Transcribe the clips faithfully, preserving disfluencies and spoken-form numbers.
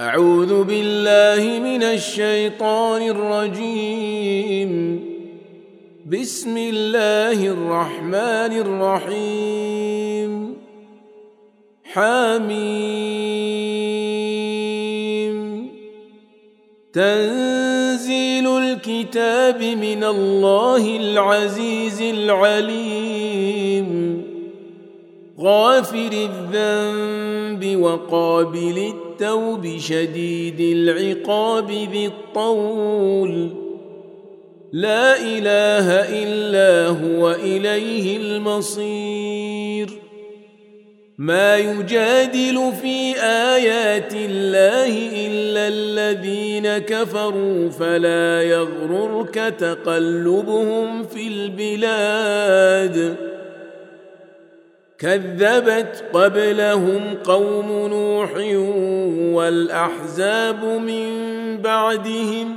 أعوذ بالله من الشيطان الرجيم. بسم الله الرحمن الرحيم. حميم. تنزيل الكتاب من الله العزيز العليم. غافر الذنب وقابل التوب شديد العقاب ذي الطول. لا إله إلا هو إليه المصير. ما يجادل في آيات الله إلا الذين كفروا فلا يغررك تقلبهم في البلاد. كذبت قبلهم قوم نوح والأحزاب من بعدهم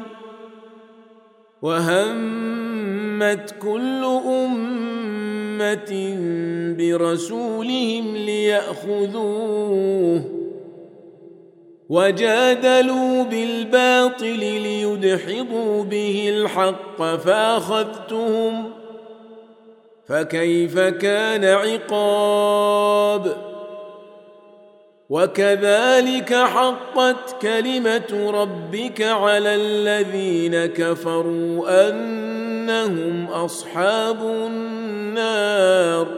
وهمت كل أمة برسولهم ليأخذوه وجادلوا بالباطل ليدحضوا به الحق فأخذتهم فكيف كان عقاب. وكذلك حقت كلمة ربك على الذين كفروا أنهم أصحاب النار.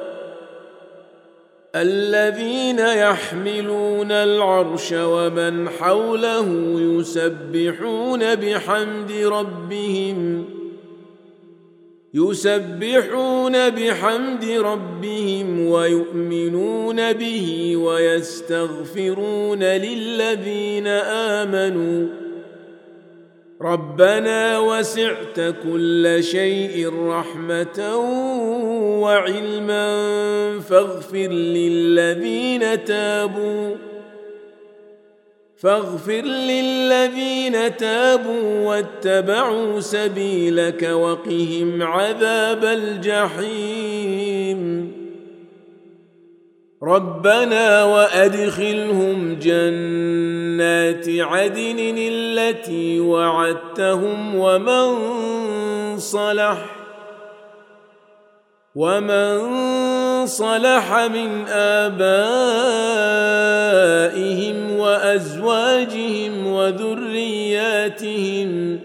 الذين يحملون العرش ومن حوله يسبحون بحمد ربهم يسبحون بحمد ربهم ويؤمنون به ويستغفرون للذين آمنوا ربنا وسعت كل شيء رحمة وعلما فاغفر للذين تابوا فاغفر للذين تابوا واتبعوا سبيلك وقهم عذاب الجحيم. ربنا وأدخلهم جنات عدن التي وعدتهم ومن صلح ومن صلح من آبائهم وأزواجهم وذرياتهم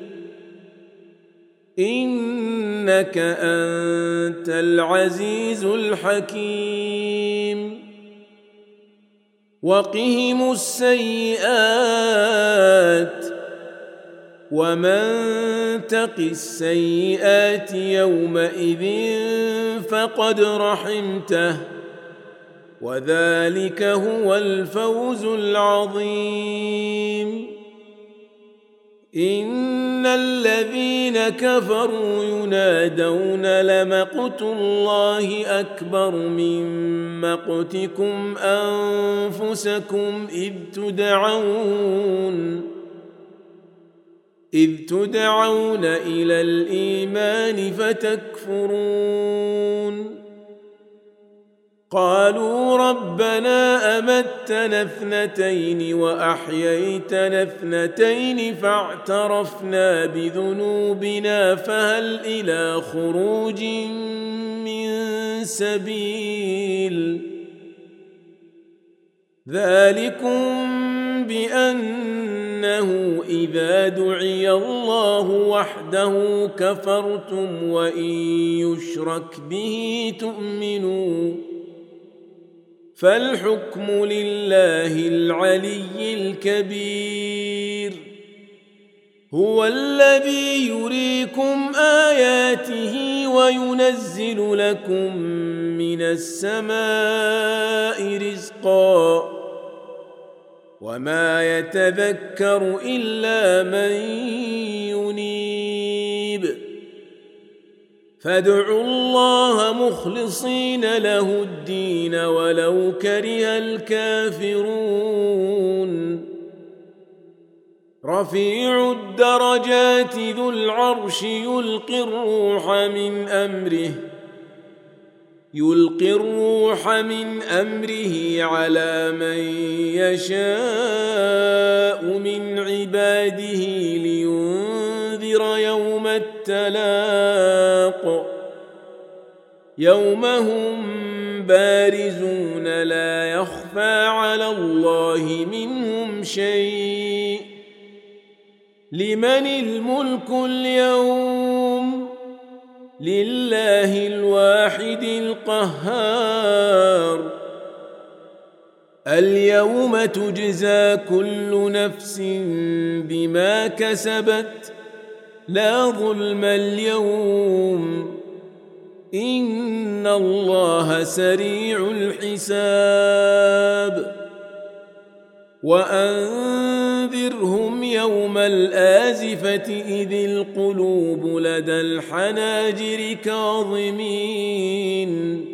إنك أنت العزيز الحكيم. وقهم السيئات ومن تق السيئات يومئذ فقد رحمته وذلك هو الفوز العظيم. إن الذين كفروا ينادون لمقت الله أكبر من مقتكم أنفسكم إذ تدعون إذ تدعون إلى الإيمان فتكفرون. قالوا ربنا أمتنا اثنتين وأحييتنا اثنتين فاعترفنا بذنوبنا فهل إلى خروج من سبيل. ذلكم بأنه إذا دعي الله وحده كفرتم وإن يشرك به تؤمنوا فالحكم لله العلي الكبير. هو الذي يريكم آياته وينزل لكم من السماء رزقا وما يتذكر إلا من ينيب. فادعوا الله مخلصين له الدين ولو كره الكافرون. رفيع الدرجات ذو العرش يلقي الروح من أمره يلقي الروح من أمره على من يشاء من عباده لينذر يوم التلاق يوم هم بارزون لا يخفى على الله منهم شيء لمن الملك اليوم لله الواحد القهار اليوم تجزى كل نفس بما كسبت لا ظلم اليوم إن الله سريع الحساب وأنذرهم يوم الآزفة إذ القلوب لدى الحناجر كاظمين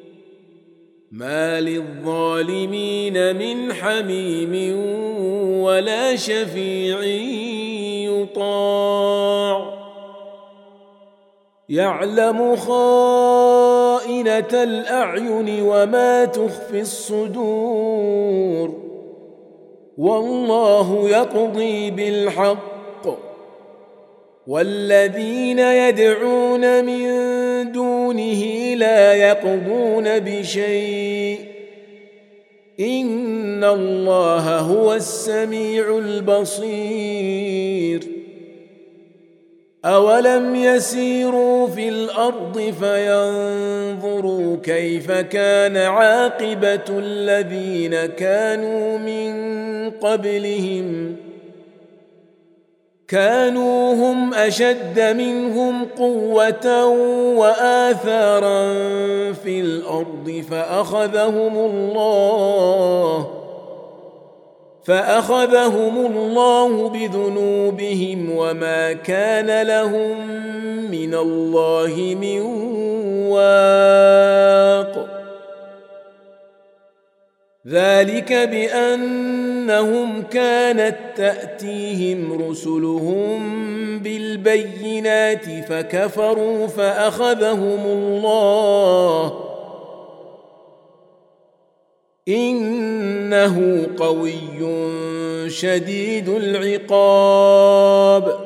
ما للظالمين من حميم ولا شفيع يطاع يعلم خائنة الأعين وما تخفي الصدور والله يقضي بالحق والذين يدعون من دونه لا يقضون بشيء إن الله هو السميع البصير أولم يسيروا في الأرض فينظروا كيف كان عاقبة الذين كانوا من قبلهم كانوا هم أشد منهم قوة وآثارا في الأرض فأخذهم الله فأخذهم الله بذنوبهم وما كان لهم من الله من واق ذلك بأنهم كانت تأتيهم رسلهم بالبينات فكفروا فأخذهم الله إنه قوي شديد العقاب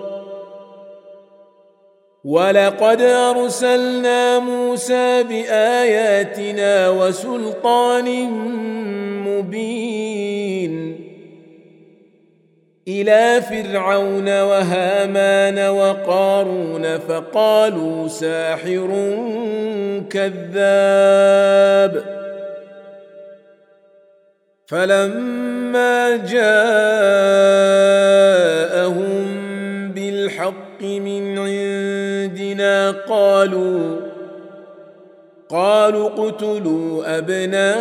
ولقد أرسلنا موسى بآياتنا وسلطان مبين إلى فرعون وهامان وقارون فقالوا ساحر كذاب فلما جاءهم بالحق من عندنا قالوا قالوا اقتلوا أبناء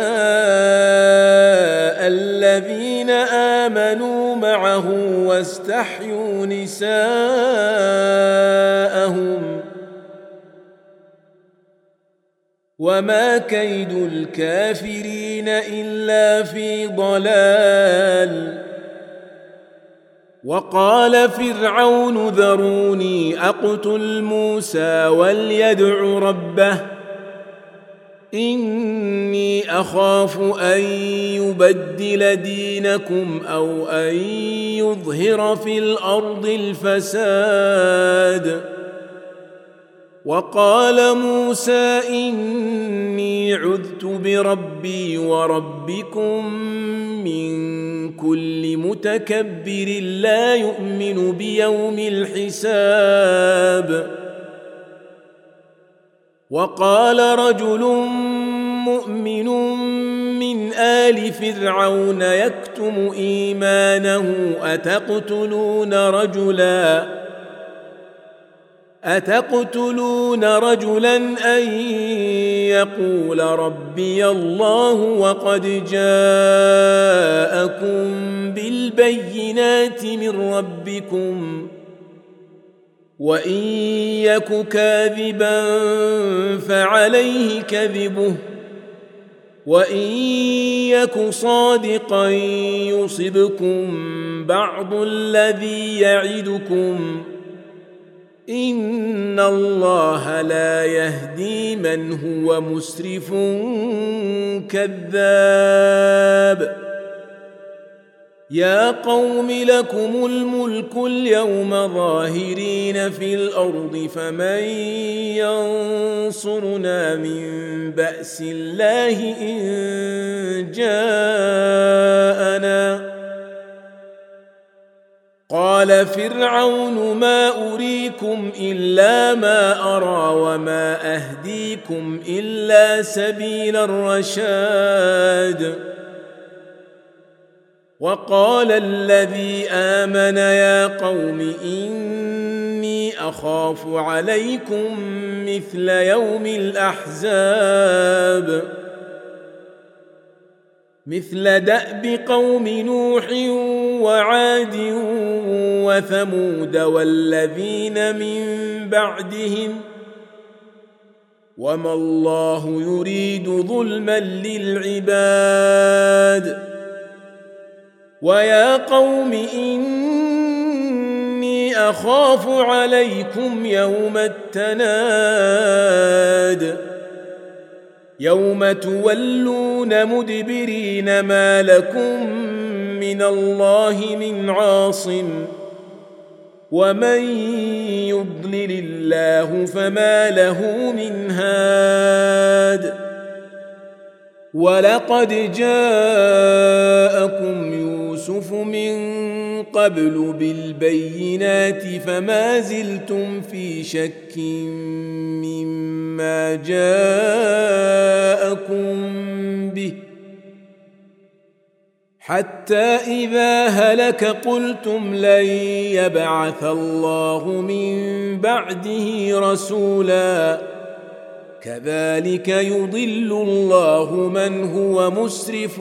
الذين آمنوا معه واستحيوا نساءهم وما كيد الكافرين إلا في ضلال وقال فرعون ذروني أقتل موسى وليدع ربه إني أخاف أن يبدل دينكم أو أن يظهر في الأرض الفساد وقال موسى إني عذت بربي وربكم من كل متكبر لا يؤمن بيوم الحساب وقال رجل مؤمن من آل فرعون يكتم إيمانه أتقتلون رجلا أتقتلون رجلا أن يقول ربي الله وقد جاءكم بالبينات من ربكم وإن يك كاذبا فعليه كذبه وإن يك صادقا يصبكم بعض الذي يعدكم إن الله لا يهدي من هو مسرف كذاب. يا قوم لكم الملك اليوم ظاهرين في الأرض فمن ينصرنا من بأس الله إن جاءنا. قال فرعون ما أريكم إلا ما أرى وما أهديكم إلا سبيل الرشاد. وقال الذي آمن يا قوم إني أخاف عليكم مثل يوم الأحزاب مثل دأب قوم نوح وعاد وثمود والذين من بعدهم وما الله يريد ظلما للعباد. ويا قوم إني أخاف عليكم يوم التناد يوم تولون مدبرين ما لكم من الله من عاصم ومن يضلل الله فما له من هاد. ولقد جاءكم يوسف من قبل بالبينات فما زلتم في شك مما جاءكم به حتى إذا هلك قلتم لن يبعث الله من بعده رسولا كذلك يضل الله من هو مسرف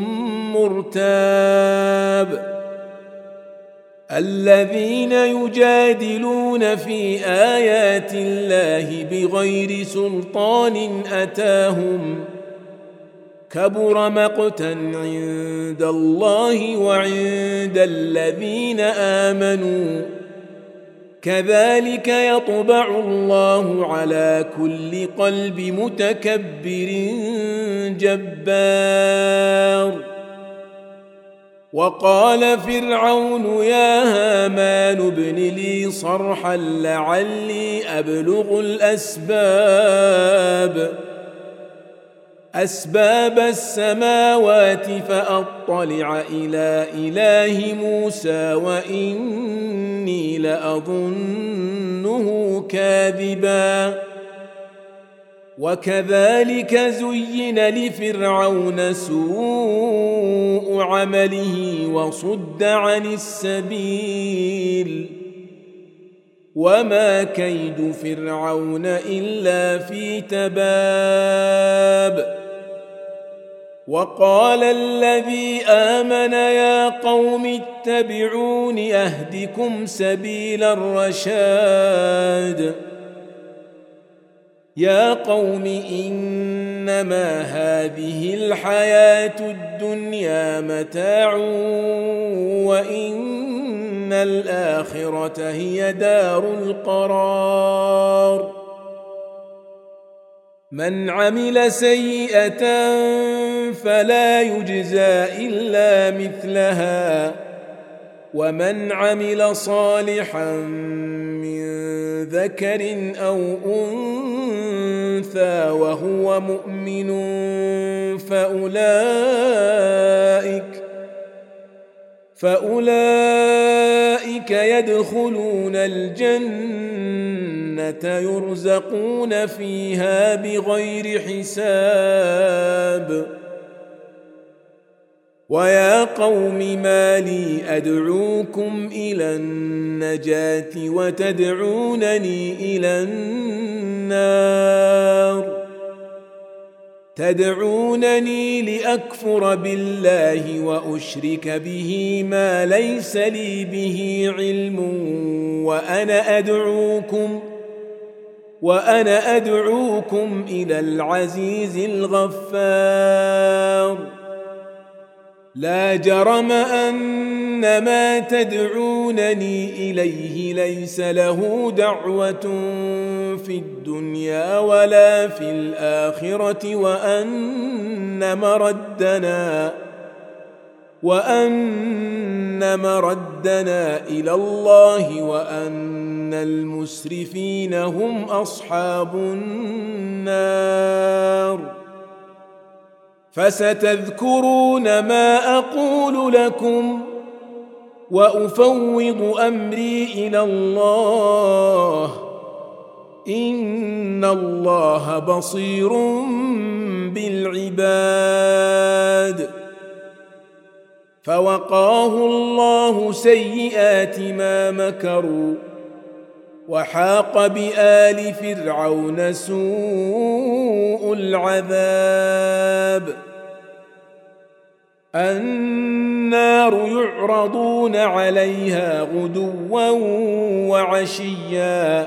مرتاب. الذين يجادلون في آيات الله بغير سلطان أتاهم كبر مقتا عند الله وعند الذين آمنوا كذلك يطبع الله على كل قلب متكبر جبار. وقال فرعون يا هامان ابن لي صرحا لعلي أبلغ الأسباب أسباب السماوات فأطلع إلى إله موسى وإني لأظنه كاذبا. وكذلك زين لفرعون سوء عمله وصد عن السبيل وما كيد فرعون إلا في تباب. وقال الذي آمن يا قوم اتبعون أهدكم سبيل الرشاد. يا قوم إنما هذه الحياة الدنيا متاع وإن الآخرة هي دار القرار. من عمل سيئة فلا يجزى إلا مثلها ومن عمل صالحا من ذكر أو أنثى وهو مؤمن فأولئك فأولئك يدخلون الجنة يرزقون فيها بغير حساب. ويا قوم ما لي أدعوكم إلى النجاة وتدعونني إلى النار تدعونني لأكفر بالله وأشرك به ما ليس لي به علم وأنا أدعوكم وأنا أدعوكم إلى العزيز الغفار. لا جرم أن ما تدعونني إليه ليس له دعوة في الدنيا ولا في الآخرة وأن مردنا وأن مردنا إلى الله وأن المسرفين هم أصحاب النار. فستذكرون ما أقول لكم وأفوض أمري إلى الله إن الله بصير بالعباد. فوقاه الله سيئات ما مكروا وحاق بآل فرعون سوء العذاب. النار يعرضون عليها غدوا وعشيا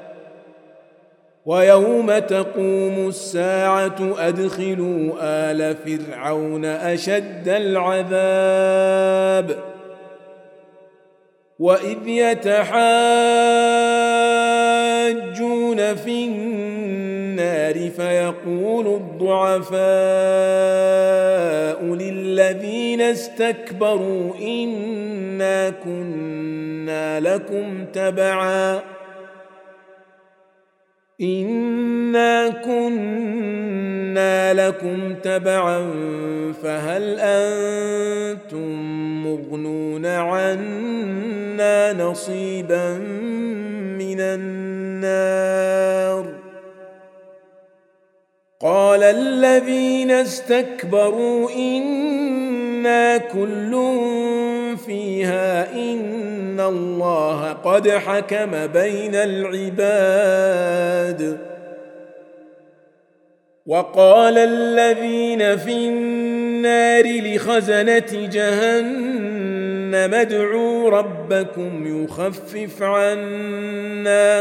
ويوم تقوم الساعة أدخلوا آل فرعون أشد العذاب. وإذ يتحاجون في النار فيقول الضعفاء للذين استكبروا إنا كنا لكم تبعا إنا كنا لكم تبعا فهل أنتم مغنون عنا نصيبا من النار. قال الذين استكبروا إنا كل فيها إن الله قد حكم بين العباد. وقال الذين في النار لخزنة جهنم ادعوا ربكم يخفف عنا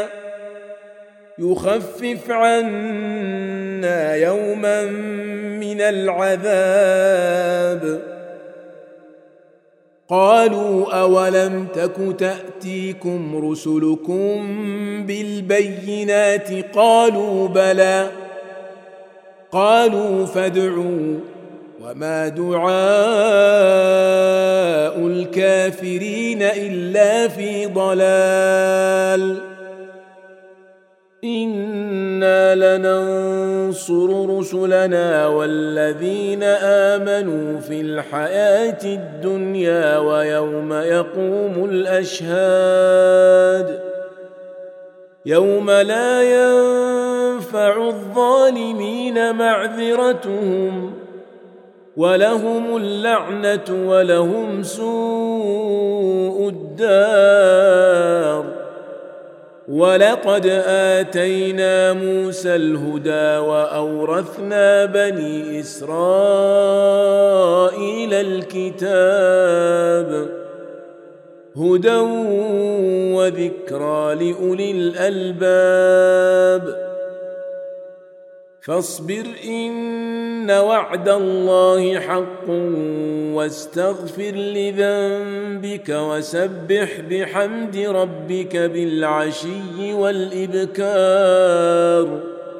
يخفف عنا يوما من العذاب. قالوا أولم تك تأتيكم رسلكم بالبينات قالوا بلى قالوا فادعوا وما دعاء الكافرين إلا في ضلال. إنا لننصر رسلنا والذين آمنوا في الحياة الدنيا ويوم يقوم الأشهاد يوم لا ينفع الظالمين معذرتهم ولهم اللعنة ولهم سوء الدار. ولقد آتينا موسى الهدى وأورثنا بني إسرائيل الكتاب هدى وذكرى لأولي الألباب. فاصبر إن وعد الله حق واستغفر لذنبك وسبح بحمد ربك بالعشي والإبكار.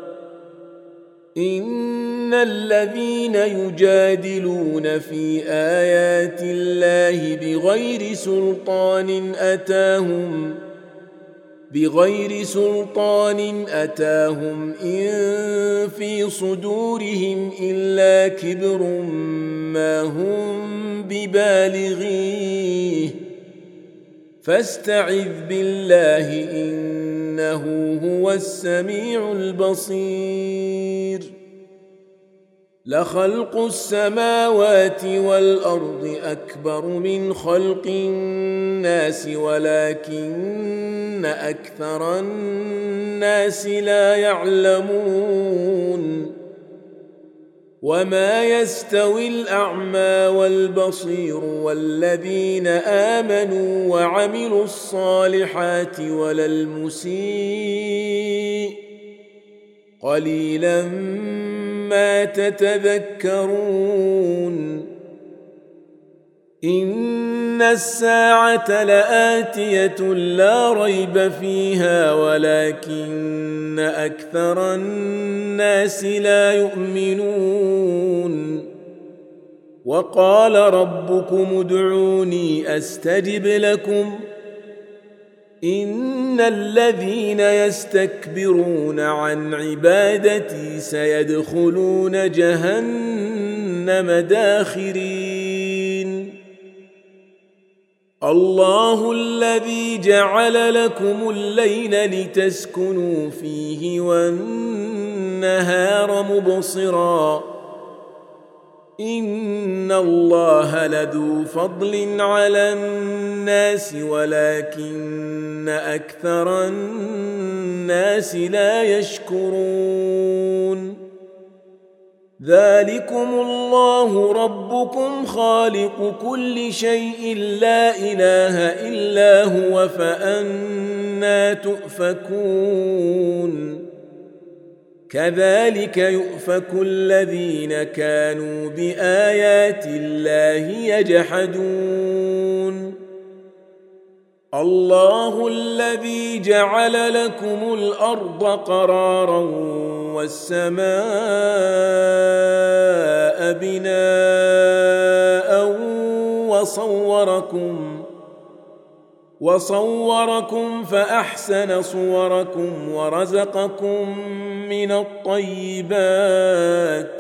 إن الذين يجادلون في آيات الله بغير سلطان أتاهم بغير سلطان أتاهم إن في صدورهم إلا كبر ما هم ببالغيه فاستعذ بالله إنه هو السميع البصير. لخلق السماوات والأرض أكبر من خلق الناس ولكن أكثر الناس لا يعلمون. وما يستوي الأعمى والبصير والذين آمنوا وعملوا الصالحات ولا المسيء قليلا ما تتذكرون. إن الساعة لآتية لا ريب فيها ولكن أكثر الناس لا يؤمنون وقال ربكم ادعوني أستجب لكم إن الذين يستكبرون عن عبادتي سيدخلون جهنم داخرين الله الذي جعل لكم الليل لتسكنوا فيه والنهار مبصرا إن الله لذو فضل على الناس ولكن أكثر الناس لا يشكرون ذلكم الله ربكم خالق كل شيء لا إله إلا هو فأنى تؤفكون كذلك يؤفك الذين كانوا بآيات الله يجحدون الله الذي جعل لكم الأرض قرارا والسماء بناء وصوركم وصوركم فأحسن صوركم ورزقكم من الطيبات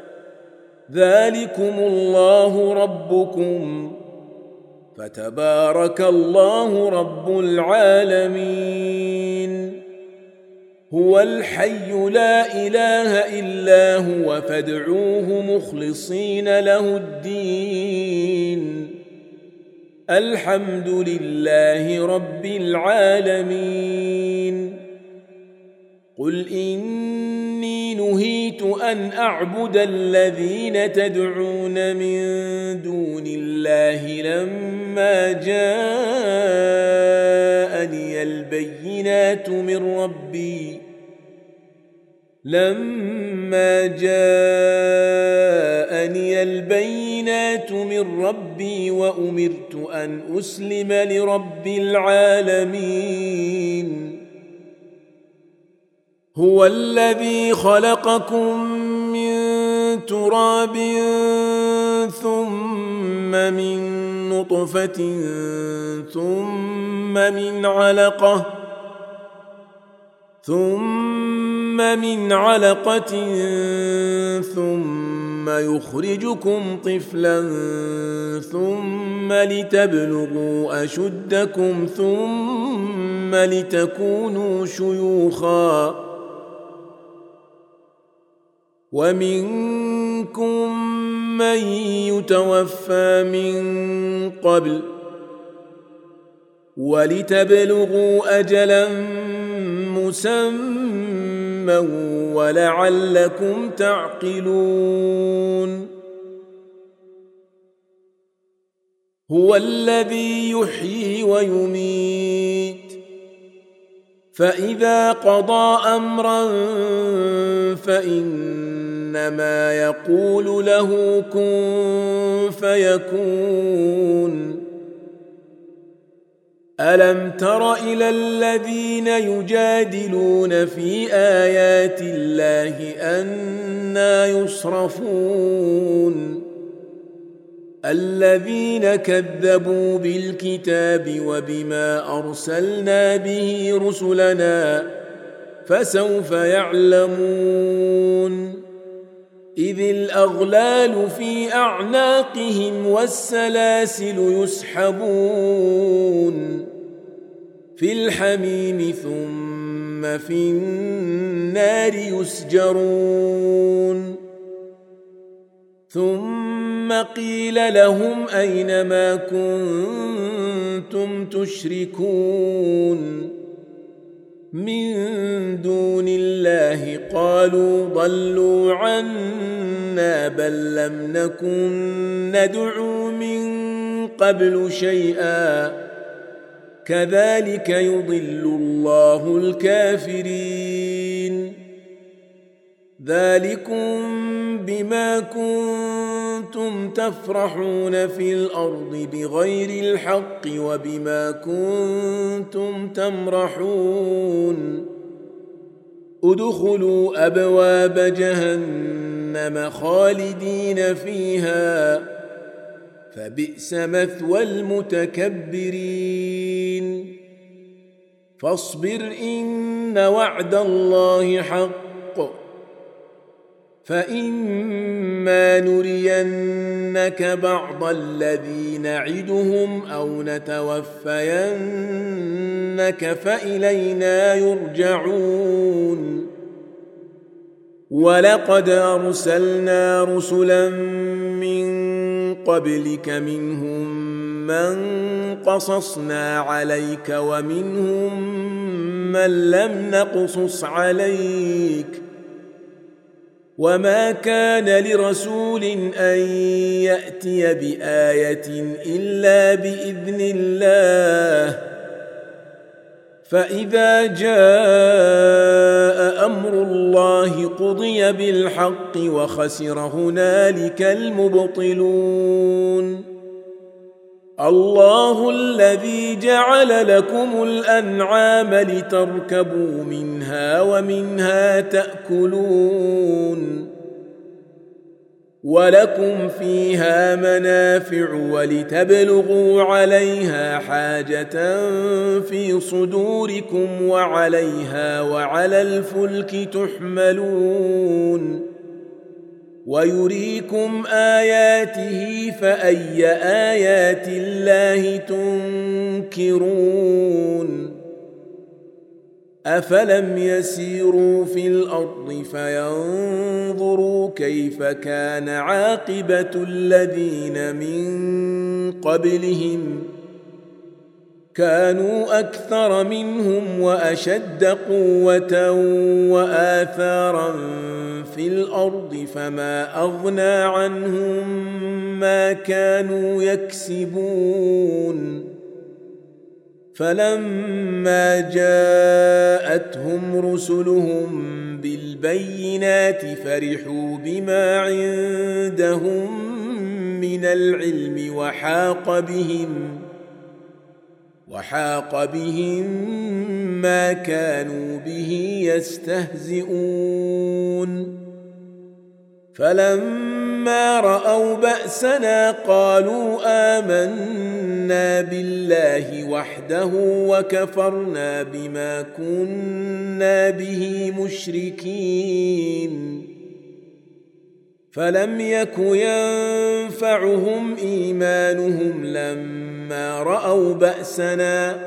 ذلكم الله ربكم فتبارك الله رب العالمين هو الحي لا إله إلا هو فادعوه مخلصين له الدين الحمد لله رب العالمين قل إني نهيت أن أعبد الذين تدعون من دون الله لما جاءني البينات من ربي لما جاءني البينات من ربي وأمرت أن أسلم لرب العالمين هو الذي خلقكم من تراب ثم من نطفة ثم من علقة ثم من علقة ثم يخرجكم طفلا ثم لتبلغوا أشدكم ثم لتكونوا شيوخا ومنكم من يتوفى من قبل ولتبلغوا أجلا مسمى ولعلكم تعقلون هو الذي يحيي ويميت فإذا قضى أمرا فإنما يقول له كن فيكون ألم تر إلى الذين يجادلون في آيات الله أنى يصرفون الذين كذبوا بالكتاب وبما أرسلنا به رسلنا فسوف يعلمون إذ الأغلال في أعناقهم والسلاسل يسحبون في الحميم ثم في النار يسجرون ثم قيل لهم أين ما كنتم تشركون من دون الله قالوا ضلوا عنا بل لم نكن ندعو من قبل شيئا كذلك يضل الله الكافرين ذلكم بما كنتم كنتم تفرحون في الأرض بغير الحق وبما كنتم تمرحون ادخلوا أبواب جهنم خالدين فيها فبئس مثوى المتكبرين فاصبر إن وعد الله حق فإما نرينك بعض الذي نعدهم أو نتوفينك فإلينا يرجعون ولقد أرسلنا رسلا من قبلك منهم من قصصنا عليك ومنهم من لم نقصص عليك وما كان لرسول أن يأتي بآية إلا بإذن الله فإذا جاء أمر الله قضي بالحق وخسر هنالك المبطلون الله الذي جعل لكم الأنعام لتركبوا منها ومنها تأكلون ولكم فيها منافع ولتبلغوا عليها حاجة في صدوركم وعليها وعلى الفلك تحملون ويريكم آياته فأي آيات الله تنكرون أفلم يسيروا في الأرض فينظروا كيف كان عاقبة الذين من قبلهم كانوا أكثر منهم وأشد قوة وآثارا في الأرض فما أغنى عنهم ما كانوا يكسبون فلما جاءتهم رسلهم بالبينات فرحوا بما عندهم من العلم وحاق بهم وحاق بهم ما كانوا به يستهزئون فلما رأوا بأسنا قالوا آمنا بالله وحده وكفرنا بما كنا به مشركين فلم يك ينفعهم إيمانهم لما رأوا بأسنا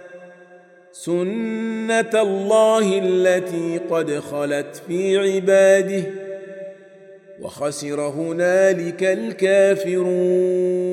سنة الله التي قد خلت في عباده وخسر هنالك الكافرون